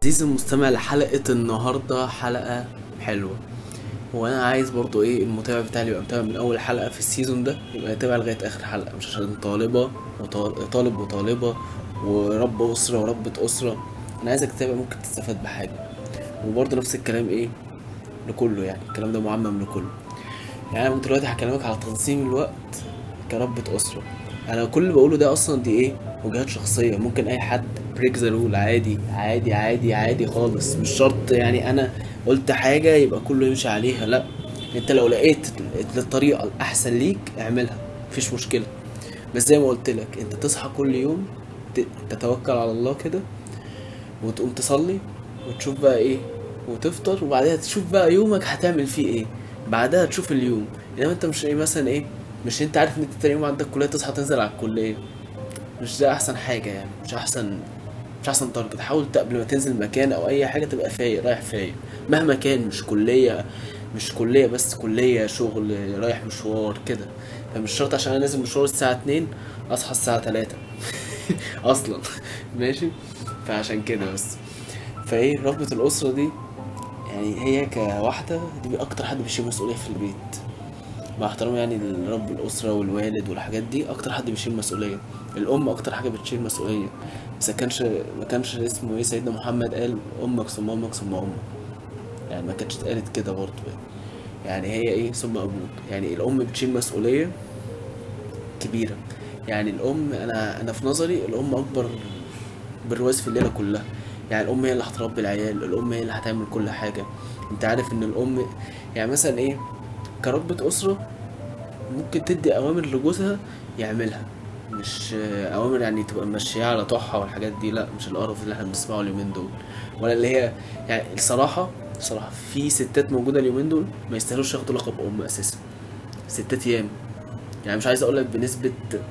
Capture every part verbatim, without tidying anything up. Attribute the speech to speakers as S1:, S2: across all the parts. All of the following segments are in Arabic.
S1: عزيزي المستمع لحلقة النهاردة حلقة حلوة. وانا عايز برضو ايه المتابع بتاعي اللي يبقى متابع من اول حلقة في السيزون ده يبقى يتابع لغاية اخر حلقة، مش عشان طالبة وطال- طالب وطالبة ورب اسرة وربة اسرة. انا عايزك تتابع، ممكن تستفاد بحاجة. وبرضو نفس الكلام ايه لكله، يعني الكلام ده معمم لكله. يعني انا دلوقتي هكلمك على تنظيم الوقت كربة أسرة. أنا كل اللي بقوله ده أصلا دي إيه وجهات شخصية، ممكن أي حد بريك ذا رول، عادي عادي عادي عادي خالص، مش شرط يعني أنا قلت حاجة يبقى كله يمشي عليها، لأ. أنت لو لقيت الطريقة الأحسن ليك اعملها، مفيش مشكلة. بس زي ما قلت لك، أنت تصحى كل يوم، ت- تتوكل على الله كده، وتقوم تصلي، وتشوف بقى ايه، وتفطر، وبعدها تشوف بقى يومك هتعمل فيه ايه. بعدها تشوف اليوم. انما انت مش ايه مثلا ايه، مش انت عارف ان انت تاني يوم عندك كلية تصحى تنزل على الكلية. مش ده احسن حاجة، يعني مش احسن مش احسن تارجت. حاول ت- قبل ما تنزل مكان او اي حاجة تبقى فايق، رايح فايق مهما كان. مش كلية مش كلية بس، كلية شغل، رايح مشوار كده. فمش شرط عشان انا نازل مشوار الساعة اتنين اصحى الساعة تلاتة اصلا. ماشي. فعشان كده بس. فايه ربة الأسرة دي، يعني هي كواحدة دي أكتر حد بيشيل مسؤولية في البيت. مع احترامي يعني لرب الأسرة والوالد والحاجات دي، أكتر حد بيشيل مسؤولية. الأم أكتر حاجة بتشيل مسؤولية. بس كانش ما كانش اسمه ايه سيدنا محمد قال أمك ثم أمك ثم أمك؟ يعني ما كانتش اتقالت كده برضه يعني. يعني هي ايه ثم أبوك. يعني الأم بتشيل مسؤولية كبيرة. يعني الأم، أنا أنا في نظري الأم أكبر برواز في الليلة كلها. يعني الأم هي اللي هتربي العيال، الأم هي اللي هتعمل كل حاجة. انت عارف ان الأم، يعني مثلا ايه، كربة أسرة ممكن تدي أوامر لجوزها يعملها. مش آه، أوامر يعني تبقى ماشية على طحها والحاجات دي، لا، مش القرف اللي احنا بنسمعه اليومين دول. ولا اللي هي، يعني الصراحة الصراحة في ستات موجودة اليومين دول ما يستاهلوش ياخدوا لقب أم أساسا. ستات ياما. يعني مش عايز أقولك بنسبة،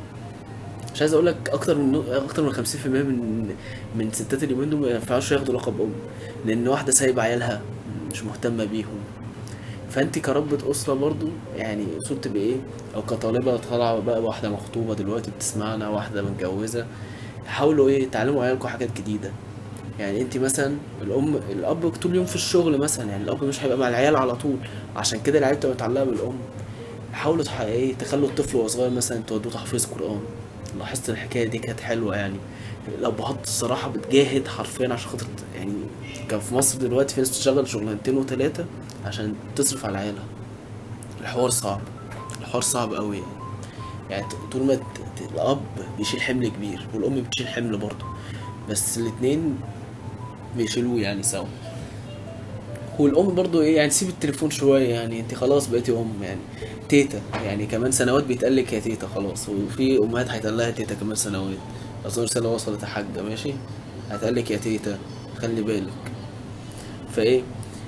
S1: مش عايز اقول لك اكتر من اكتر من خمسين في المية من من ستات اليومين دول ما ينفعوش ياخدوا لقب ام. لان واحده سايبه عيالها، مش مهتمه بيهم. فانت كربة اسره برضو، يعني المفروض تبقى ايه، او كطالبه طالعه بقى، واحده مخطوبه دلوقتي بتسمعنا، واحده متجوزه، حاولوا ايه تعلموا عيالكم حاجات جديده. يعني انت مثلا الام الاب طول اليوم في الشغل مثلا، يعني الاب مش هيبقى مع العيال على طول. عشان كده العيال بتبقى متعلقه بالام. حاولوا تح... ايه تخلوا الطفل وهو صغير مثلا تودوه تحفيظ قرآن. لاحظت الحكاية دي كانت حلوة يعني. الأبهات الصراحة بتجاهد حرفيا عشان خاطر، يعني كان في مصر دلوقتي في ناس بتشتغل شغلانتين وتلاتة عشان تصرف على عيالها. الحوار صعب. الحوار صعب قوي يعني. يعني ط- طول ما ت- ت- الأب بيشيل حمل كبير والأم بتشيل حمل برضه، بس الاتنين بيشيلوه يعني سوا. والام برضو ايه، يعني سيب التليفون شويه، يعني انت خلاص بقيتي ام يعني. تيتا يعني كمان سنوات بيتقالك يا تيتا خلاص، وفي امهات هيتقال لها تيتا كمان سنوات. اظن رساله وصلت يا حاجه، ماشي. هيتقالك يا تيتا، خلي بالك. فايه،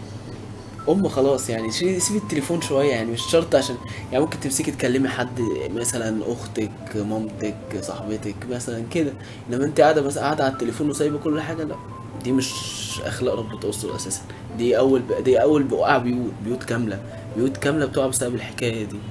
S1: ام خلاص يعني شي- سيب التليفون شويه، يعني مش شرط عشان، يعني ممكن تمسكي تكلمي حد، مثلا اختك، مامتك، صاحبتك مثلا كده. انما انت قاعده مثلا قاعده على التليفون وسايبه كل حاجه، لا. دي مش اخلاق ربة اسره اساسا. دي اول ب... دي اول بقع بيوت بيوت كامله. بيوت كامله بتقع بسبب الحكايه دي.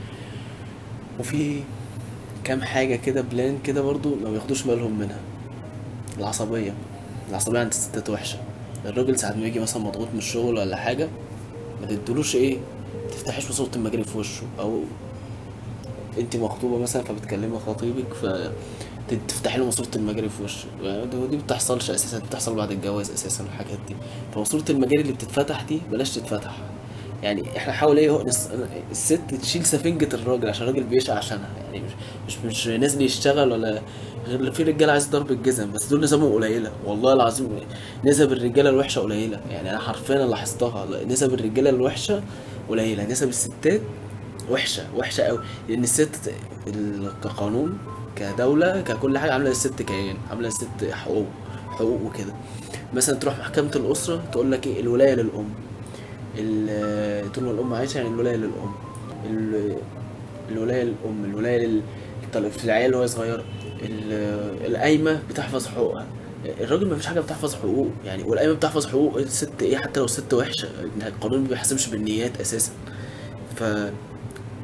S1: وفي كام حاجه كده بلان كده برضو ما بياخدوش بالهم منها. العصبيه العصبيه عند الستات وحشه. الراجل ساعات ما يجي مثلا مضغوط من الشغل ولا حاجه، ما تدلوش ايه، تفتحش بصوت المجاري في وشه. او انت مخطوبه مثلا فبتكلمي خطيبك، ف تفتحي له ماسوره المجاري في وشه. دي دي بتحصلش اساسا، بتحصل بعد الجواز اساسا الحاجات دي. فماسوره المجاري اللي بتتفتح دي بلاش تتفتح. يعني احنا نحاول ايه هو نس... الست تشيل سفنجة الراجل عشان الراجل بيشقى عشانها، يعني مش مش مش نازل يشتغل ولا. غير في رجاله عايز ضرب الجزم، بس دول نسبهم قليله والله العظيم. نسب الرجاله الوحشه قليله، يعني انا حرفيا لاحظتها، نسب الرجاله الوحشه قليله، نسب الستات وحشه وحشه قوي. لان الست ال- كقانون، كدوله، ككل حاجه عامله الست كيان، عامله الست حقوق حقوق وكده. مثلا تروح محكمه الاسره تقول لك ايه، الولايه للام. ال- طول ما الام عايشه يعني الولايه للام. ال- الولايه للام، الولايه لل طل- في العيال وهي صغيره. ال- القايمه بتحفظ حقوقها. الراجل ما فيش حاجه بتحفظ حقوق يعني، والقايمه بتحفظ حقوق الست ايه، حتى لو الست وحشه. القانون ما بيحسبش بالنيات اساسا. ف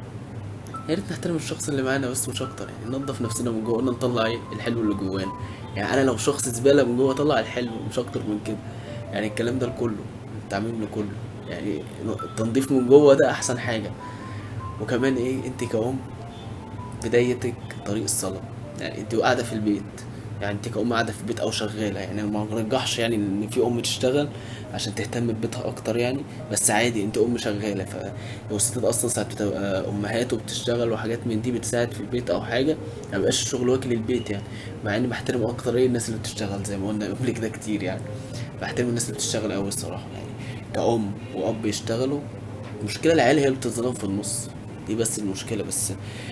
S1: يا ريت نحترم الشخص اللي معانا بس، مش اكتر. يعني ننضف نفسنا من جوه، نطلع ايه الحلو اللي جوانا. يعني انا لو شخص زباله من جوه اطلع الحلو مش اكتر من كده. يعني الكلام ده لكله، التعميم لكله. يعني التنظيف من جوه ده احسن حاجه. وكمان ايه، انت كأم بدايتك طريق الصلاه. يعني انت قاعده في البيت، يعني انت كأم قاعده في البيت او شغاله، يعني أنا ما برجحش يعني ان في ام تشتغل عشان تهتم ببيتها اكتر يعني، بس عادي انت ام شغاله. ف والستات اصلا ساعات بتبقى امهات وبتشتغل وحاجات من دي بتساعد في البيت او حاجه، ما بيبقاش الشغل واكل البيت يعني. مع اني بحترم اكتر ايه الناس اللي بتشتغل، زي ما قلنا قبل كده كتير يعني. بحترم الناس اللي بتشتغل قوي الصراحه يعني، كأم وأب يشتغلوا. المشكله العيال هي اللي بتتظلم في النص، دي بس المشكله. بس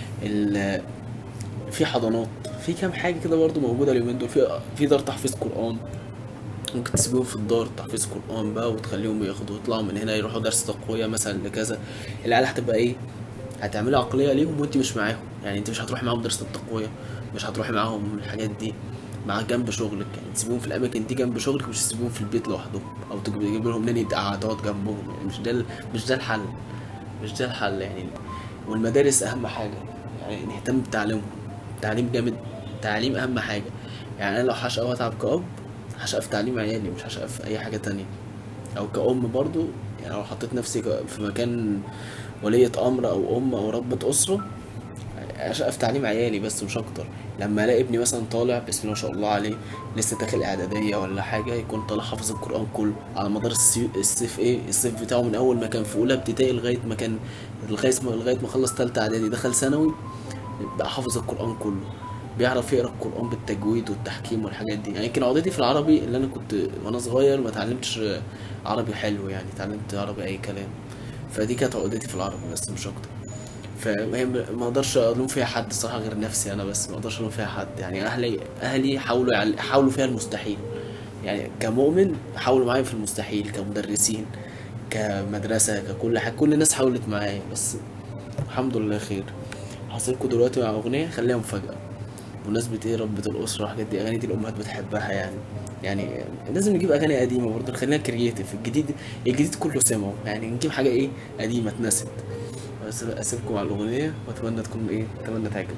S1: ال في حضانات، في كام حاجه كده برضو موجوده اليومين دول، في في دار تحفيظ قران. ممكن تسيبيهم في الدار تحفيظ قران بقى، وتخليهم ياخدوا يطلعوا من هنا يروحوا درس تقويه مثلا لكذا. العيال هتبقى ايه، هتعملي عقليه ليهم وانت مش معاهم. يعني انت مش هتروحي معاهم درس التقويه، مش هتروحي معاهم الحاجات دي مع جنب شغلك. يعني تسيبيهم في الاماكن دي جنب شغلك، مش تسيبيهم في البيت لوحدهم، او تجيب لهم ناني تقعد تقعد جنبهم. يعني مش ده ال- مش ده الحل، مش ده الحل يعني. والمدارس اهم حاجه، يعني نهتم بتعليمهم. تعليم جامد، تعليم اهم حاجه. يعني انا لو هشقى واتعب كأب، هشقى في تعليم عيالي، مش هشقى في اي حاجه تانية. او كأم برضو، يعني لو حطيت نفسي ك- في مكان ولية امر او ام او ربة اسره، هشقى في تعليم عيالي بس مش اكتر. لما الاقي ابني مثلا طالع بسم الله ما شاء الله عليه، لسه داخل اعداديه ولا حاجه، يكون طالع حافظ القران كله على مدار السي- الصيف ايه الصيف بتاعه، من اول ما كان في اولى ابتدائي لغايه ما كان لغايه ما لغايه ما خلص تالتة اعدادي دخل ثانوي، بقى حافظ القرآن كله، بيعرف يقرا القرآن بالتجويد والتحكيم والحاجات دي. يعني يمكن عقدتي في العربي اللي انا كنت وانا صغير ما اتعلمتش عربي حلو، يعني اتعلمت عربي اي كلام. فدي كانت عقدتي في العربي بس مش اكتر. فهي ما اقدرش الوم فيها حد الصراحه غير نفسي انا بس، ما اقدرش الوم فيها حد. يعني اهلي اهلي حاولوا يعل... حاولوا فيها المستحيل. يعني كمؤمن حاولوا معايا في المستحيل، كمدرسين، كمدرسه، ككل حاجه، كل الناس حاولت معايا بس الحمد لله خير. هسيبكوا دلوقتي مع اغنيه خليها مفاجاه بمناسبة ايه ربة الأسرة والحاجات دي. أغاني دي الأمهات بتحبها يعني. يعني لازم نجيب أغاني قديمة برضه، نخلينا كرييتيف. الجديد الجديد كله سمعه، يعني نجيب حاجة ايه قديمة اتنست. بس أسيبكم على الأغنية وأتمنى تكون ايه أتمنى تعجبكم.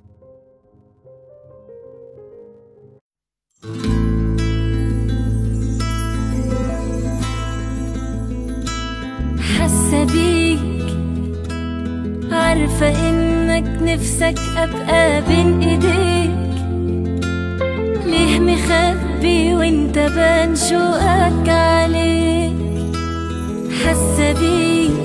S2: حاسة بيك، عارفة انك نفسك ابقى بين ايديك، ليه مخبي وانت بان شوقك عليك. حاسة بيك،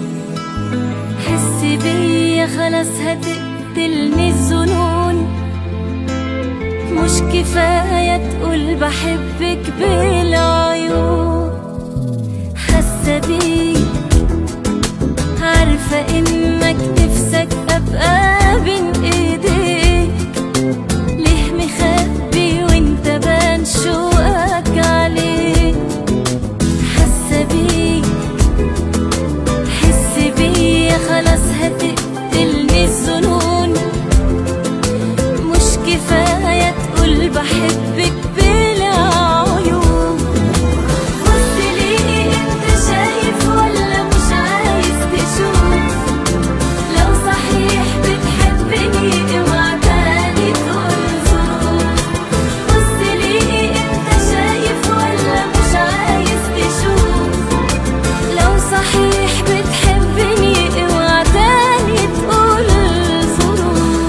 S2: حس بيا خلاص هتقتلني الظنون، مش كفاية تقول بحبك بالعيون. حاسة بيك، عارفة انك نفسك ابقى بين ايديك، ليه مخبي وانت بان شوقك عليك. حاسة بيك، حس بيا خلاص هتقتلني الظنون، مش كفاية تقول بحبك بالعيون. بص ليه انت شايف ولا مش عايز تشوف، لو صحيح بتحبني اوعى تاني تقول ظروف. بص ليه انت شايف ولا مش عايز تشوف، لو صحيح بتحبني اوعى تاني تقول ظروف.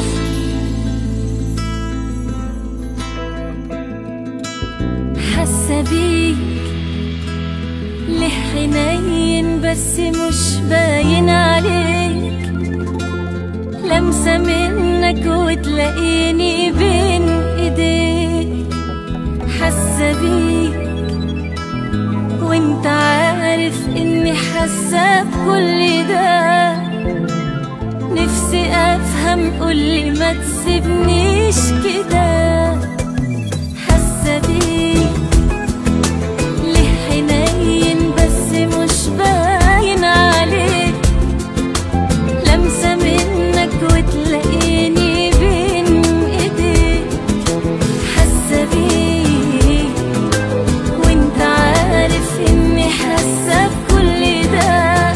S2: حاسة بيك، ليه حنين بس مش باين عليك، لمسة منك وتلاقيني بين ايديك. حاسة بيك، وانت عارف اني حاسة بكل ده، نفسي افهم قولي ما تسيبنيش كده. حاسة بيك، ليه حنين بس مش باين عليك، لمسة منك وتلاقيني بين ايديك. حاسة بيك، وانت عارف اني حاسة بكل ده،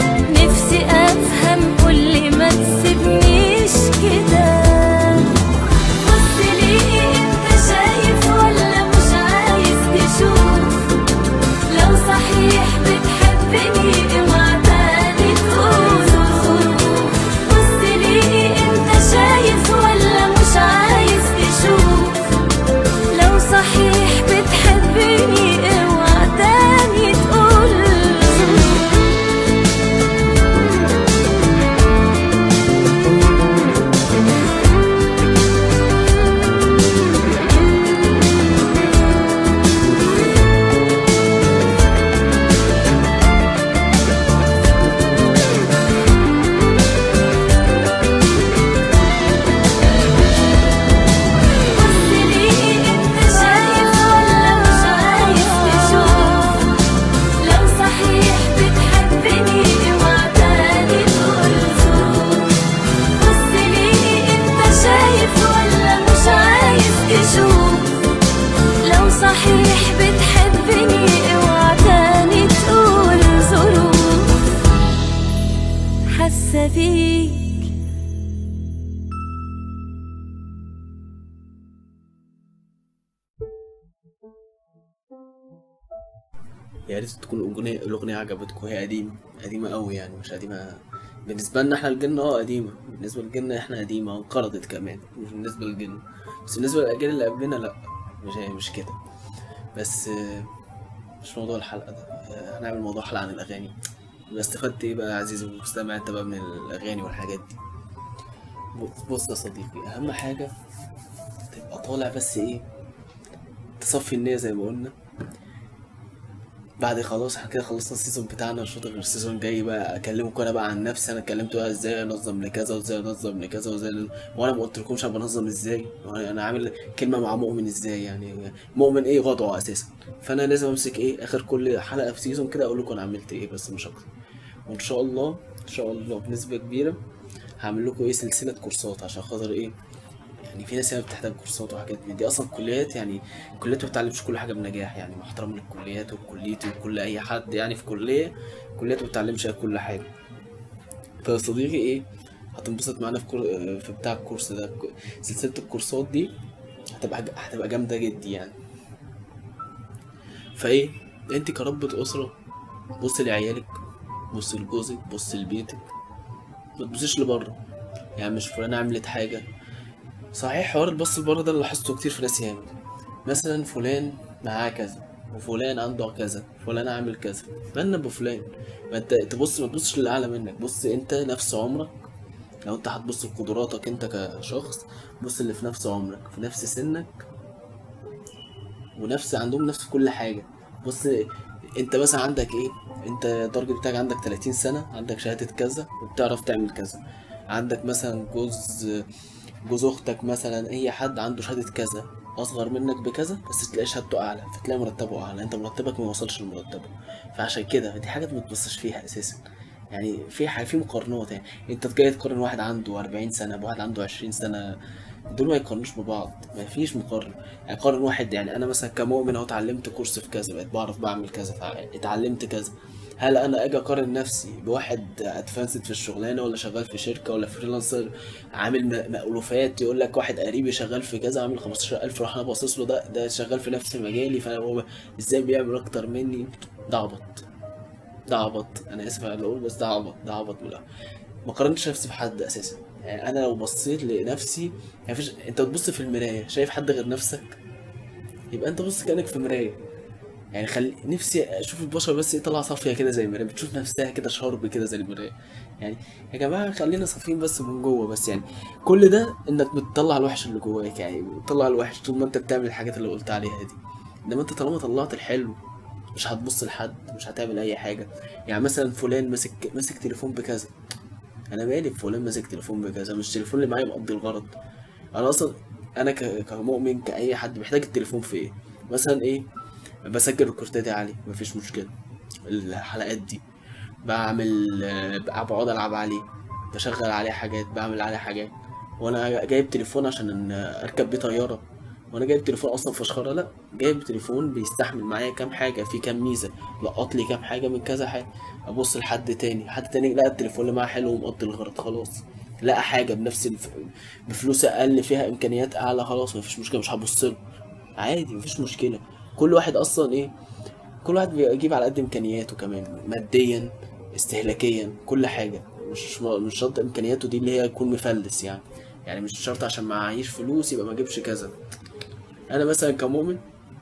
S2: نفسي افهم قولي ما تسيبنيش كده.
S1: يا ريت تكون الاغنيه الاغنيه عجبتكم. هي قديمه قديمه قوي يعني، مش قديمه بالنسبه لنا احنا الجن، اه قديمه بالنسبه للجن احنا قديمه وانقرضت كمان، مش بالنسبه للجن، بس بالنسبه للاجيال اللي قبلنا لا، مش مش كده. بس آه، مش موضوع الحلقه ده. آه، هنعمل موضوع حلقه عن الاغاني. يبقى استفدت ايه بقى يا عزيزي المستمع انت بقى من الاغاني والحاجات دي؟ ب- بص يا صديقي، اهم حاجه تبقى طالع بس ايه، تصفي النية زي ما قلنا. بعد خلاص احنا كده خلصنا السيزون بتاعنا، الشوط غير السيزون جاي بقى اكلمكم انا بقى عن نفسي. انا اتكلمت بقى ازاي انظم لكذا وازاي انظم لكذا وازاي ن- وانا ما قلتلكمش انا بنظم ازاي، وانا أنا عامل كلمه مع مؤمن ازاي يعني. مؤمن ايه وضعه اساسا، فانا لازم امسك ايه اخر كل حلقه في سيزون كده اقول لكم انا عملت ايه، بس مش اكتر. وان شاء الله ان شاء الله بنسبه كبيره هعمل لكم ايه سلسله كورسات، عشان خاطر ايه يعني في ناس ياما بتحتاج كورسات وحاجات من دي. اصلا الكليات يعني الكليات ما بتعلمش كل حاجه بنجاح يعني، مع احترام للكليات وكليتي وكل اي حد يعني في كليه، الكليات ما بتعلمش كل حاجه. فيا صديقي ايه، هتنبسط معانا في كور... في بتاع الكورس ده. سلسله الكورسات دي هتبقى هتبقى جامده جدا يعني. فايه، انت كربة اسره بص لعيالك، بص لجوزك، بص لبيتك، ما تبصيش لبره. يعني مش فلانة عملت حاجة. صحيح حوار البص لبره ده اللي لاحظته كتير في ناس ياما، مثلا فلان معاه كذا وفلان عنده كذا، فلان عامل كذا، مالنا بفلان. ما انت تبص، ما تبصش للي اعلى منك، بص انت نفس عمرك. لو انت هتبص لقدراتك انت كشخص، بص اللي في نفس عمرك في نفس سنك ونفس عندهم نفس كل حاجة. بص انت مثلا عندك ايه، انت الدرجة بتاعك عندك تلاتين سنة، عندك شهادة كذا وبتعرف تعمل كذا. عندك مثلا جوز جوز اختك مثلا، اي حد عنده شهادة كذا اصغر منك بكذا، بس تلاقي شهادته اعلى فتلاقي مرتبه اعلى، انت مرتبك ما وصلش لمرتبه. فعشان كده دي حاجة ما تبصش فيها اساسا يعني. في حاجة في مقارنات يعني، انت جاي تقارن واحد عنده أربعين سنة بواحد عنده عشرين سنة، دول ما يقارنوش ببعض، ما فيش مقارنة. يعني قارن واحد، يعني انا مثلا كمؤمن اهو اتعلمت كورس في كذا، بقيت بعرف بعمل كذا، فع- اتعلمت كذا. هل انا اجي اقارن نفسي بواحد ادفانسد في الشغلانه، ولا شغال في شركه، ولا فريلانسر عامل م- مألوفات؟ يقول لك واحد قريبي شغال في كذا عامل خمستاشر ألف، راح انا باصص له ده ده شغال في نفس مجالي، فانا هو ازاي بيعمل اكتر مني؟ ده عبط، ده عبط، انا اسف على اللي اقول، بس ده عبط، ده عبط من الأول. ما قارنتش نفسي بحد اساسا. يعني انا لو بصيت لنفسي، يعني فيش، انت بتبص في المرايه شايف حد غير نفسك، يبقى انت بص كانك في مرايه. يعني خلي نفسي اشوف البشر بس ايه طالعه صافيه كده زي المرايه، بتشوف نفسها كده شارب كده زي المرايه يعني. يا جماعه خلينا صافيين بس من جوه بس يعني. كل ده انك بتطلع الوحش اللي جواك، يعني بتطلع الوحش طول ما انت بتعمل الحاجات اللي قلت عليها دي. انما انت طالما طلعت الحلو مش هتبص لحد، مش هتعمل اي حاجه. يعني مثلا فلان ماسك ماسك تليفون بكذا، انا مالي بفلان ماسك تليفون بكذا، مش التليفون اللي معايا مقضي الغرض. انا اصلا انا ك- كمؤمن كاي حد محتاج التليفون في ايه؟ مثلا ايه، بسجل ريكورداتي عليه مفيش مشكله، الحلقات دي بعمل آه، بقعد العب عليه، بشغل عليه حاجات، بعمل عليه حاجات. وانا جايب تليفون عشان إن اركب بيه طياره؟ وانا جايب تليفون اصلا فشخره؟ لا، جايب تليفون بيستحمل معايا كام حاجه، في كام ميزه، لقط لي كام حاجه من كذا حاجه. ابص لحد تاني، حد تاني لقى التليفون اللي معاه حلو ومقضي الغرض، خلاص. لقى حاجه بنفس الف... بفلوس اقل فيها امكانيات اعلى، خلاص مفيش مشكله، مش هبص له، عادي مفيش مشكله. كل واحد اصلا ايه، كل واحد بيجيب على قد امكانياته كمان، ماديا استهلاكيا كل حاجه. مش مش شرط امكانياته دي اللي هي يكون مفلس يعني. يعني مش شرط عشان معيش فلوس يبقى ما اجيبش كذا. انا مثلا كمؤمن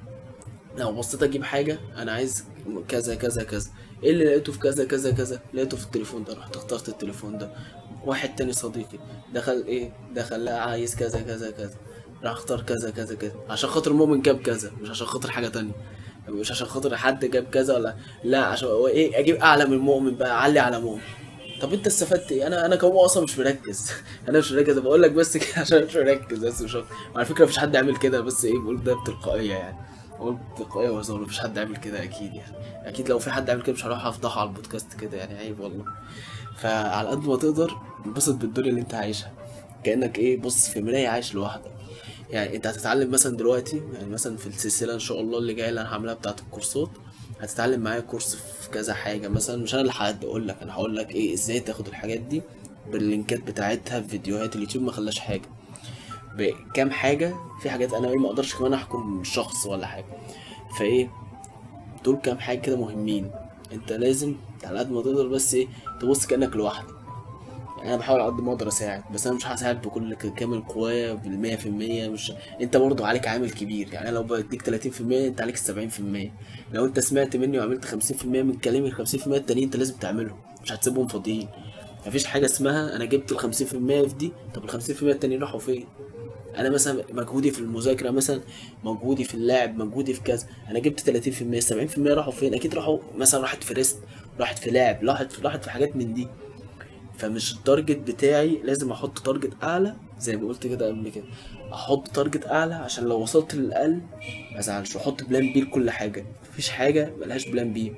S1: لو بصيت اجيب حاجه انا عايز كذا كذا كذا، ايه اللي لقيته في كذا كذا كذا؟ لقيته في التليفون ده، رحت اخترت التليفون ده. واحد تاني صديقي دخل ايه، دخل لقى عايز كذا كذا كذا، راح اختار كذا كذا كذا، عشان خاطر مؤمن جاب كذا، مش عشان خاطر حاجه تانية. مش عشان خاطر حد جاب كذا ولا لا، عشان هو ايه اجيب اعلى من مؤمن بقى، اعلي على مؤمن. طب انت استفدت ايه؟ انا انا كمؤمن اصلا مش مركز انا مش مركز، بقول لك بس كده عشان مش مركز بس، مش أكتر. وعلى فكره مفيش حد يعمل كده، بس ايه بقول ده بتلقائيه يعني، بقول بتلقائيه وهزار، مفيش حد يعمل كده اكيد يعني. اكيد لو في حد يعمل كده مش هروح افضحه على البودكاست كده يعني، عيب والله. فعلى قد ما تقدر انبسط بالدنيا اللي انت عايشها، كانك ايه بص في مرايه عايش لوحدك. يعني انت هتتعلم مثلا دلوقتي، يعني مثلا في السلسله ان شاء الله اللي جايه اللي انا هعملها بتاعه الكورسات، هتتعلم معايا كورس في كذا حاجه. مثلا مش انا اللي هقول لك، انا هقول لك ايه ازاي تاخد الحاجات دي باللينكات بتاعتها في فيديوهات اليوتيوب، ما خلاش حاجه بكام حاجه. في حاجات انا ايه ما اقدرش كمان احكم شخص ولا حاجه، فايه دول كام حاجه كده مهمين. انت لازم على قد ما تقدر بس ايه تبص كانك لوحدك. يعني انا بحاول على قد ما اقدر اساعد، بس انا مش هساعد بكل ك- كامل قوايا بالمية في المية. مش انت برضو عليك عامل كبير. يعني انا لو بديك تلاتين في المية انت عليك السبعين في المية. لو انت سمعت مني وعملت خمسين في المية من كلامي، الخمسين في المية التانيين انت لازم تعملهم، مش هتسيبهم فاضيين. مفيش حاجة اسمها انا جبت الخمسين في المية في دي، طب الخمسين في المية التانيين راحوا فين؟ انا مثلا مجهودي في المذاكرة مثلا، مجهودي في اللعب، مجهودي في كذا، انا جبت تلاتين في المية، سبعين في المية راحوا فين؟ اكيد راحوا مثلا، راحت في ريست، راحت في لعب، راحت في راحت في حاجات من دي. فمش التارجت بتاعي لازم احط تارجت اعلى زي ما قلت كده قبل كده. احط تارجت اعلى عشان لو وصلت للاقل ما ازعلش، واحط بلان بي لكل حاجه. مفيش حاجه ملهاش بلان بي.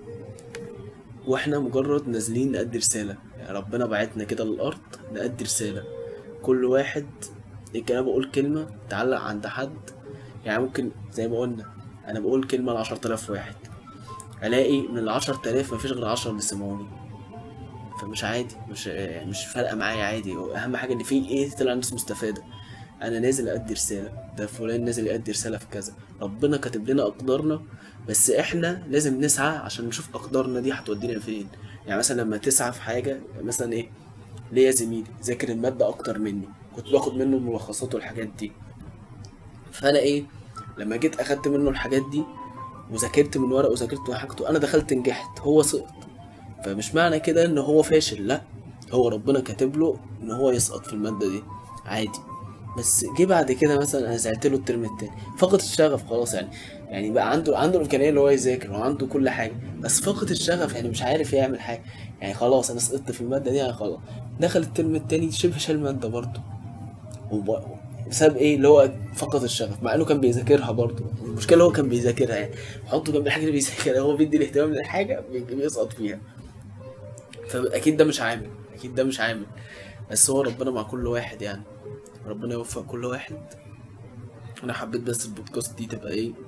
S1: واحنا مجرد نازلين نأدي رساله، يعني ربنا بعتنا كده للارض نأدي رساله. كل واحد يمكن انا بقول كلمه تعلق عند حد. يعني ممكن زي ما قلنا انا بقول كلمه لعشرة آلاف واحد، الاقي من العشر تلاف مفيش غير عشرة اللي سمعوني. فمش عادي، مش مش فارقه معايا، عادي. اهم حاجه ان في ايه طلع الناس مستفاده. انا نازل ادي رساله، ده فلان نازل يأدي رساله في كذا. ربنا كاتب لنا اقدارنا، بس احنا لازم نسعى عشان نشوف اقدارنا دي هتودينا فين. يعني مثلا لما تسعى في حاجه، مثلا ايه، ليا زميلي ذاكر الماده اكتر مني، كنت باخد منه الملخصات والحاجات دي. فانا ايه، لما جيت اخدت منه الحاجات دي وذاكرت من ورق وذاكرت من حاجته، انا دخلت نجحت، هو سقط. فمش معنى كده ان هو فاشل، لا، هو ربنا كاتب له ان هو يسقط في الماده دي عادي. بس جه بعد كده مثلا انا زعلت له الترم التاني، فقد الشغف خلاص. يعني يعني بقى عنده عنده الامكانيه اللي هو يذاكر وعنده كل حاجه، بس فقد الشغف، يعني مش عارف يعمل حاجه. يعني خلاص انا سقطت في الماده دي، يعني خلاص. دخل الترم التاني شبه شال الماده برضه. وب- بسبب ايه؟ اللي هو فقد الشغف، مع انه كان بيذاكرها برضه. المشكله اللي هو كان بيذاكرها، يعني حطه جنب الحاجه اللي بيذاكرها، هو بيدي الاهتمام للحاجه بي- بيسقط فيها. فاكيد ده مش عامل، اكيد ده مش عامل. بس هو ربنا مع كل واحد يعني، ربنا يوفق كل واحد. انا حبيت بس البودكاست دي تبقى ايه،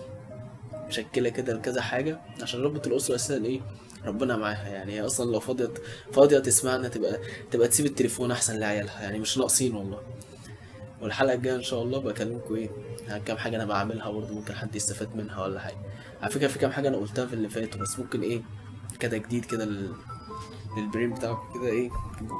S1: مشكله كده لكذا حاجه، عشان ربة الاسره اساسا ايه، ربنا معاها. يعني هي اصلا لو فاضيه فاضيه تسمعنا، تبقى تبقى تسيب التليفون احسن لعيالها، يعني مش ناقصين والله. والحلقه الجايه ان شاء الله بكلمكم ايه عن كام حاجه انا بعملها برضه، ممكن حد يستفاد منها ولا حاجه. على فكره في كام حاجه انا قلتها في اللي فاتوا، بس ممكن ايه كده جديد كده لل... للبرين بتاعكم كده ايه،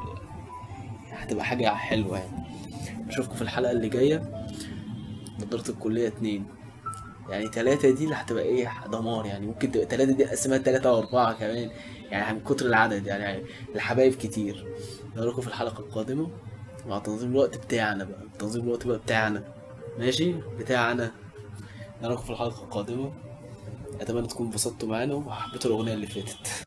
S1: هتبقى حاجه حلوه يعني. اشوفكم في الحلقه اللي جايه. نضاره الكليه اتنين، يعني تلاتة دي اللي هتبقى ايه دمار. يعني ممكن تبقى تلاتة دي قسمها تلاتة واربعة كمان، يعني من كتر العدد. يعني, يعني الحبايب كتير. نراكم في الحلقة القادمة مع تنظيم الوقت بتاعنا بقى، تنظيم الوقت بقى بتاعنا، ماشي بتاعنا. نراكم في الحلقة القادمة. اتمنى تكونوا انبسطتوا معانا وحبيتوا الاغنية اللي فاتت.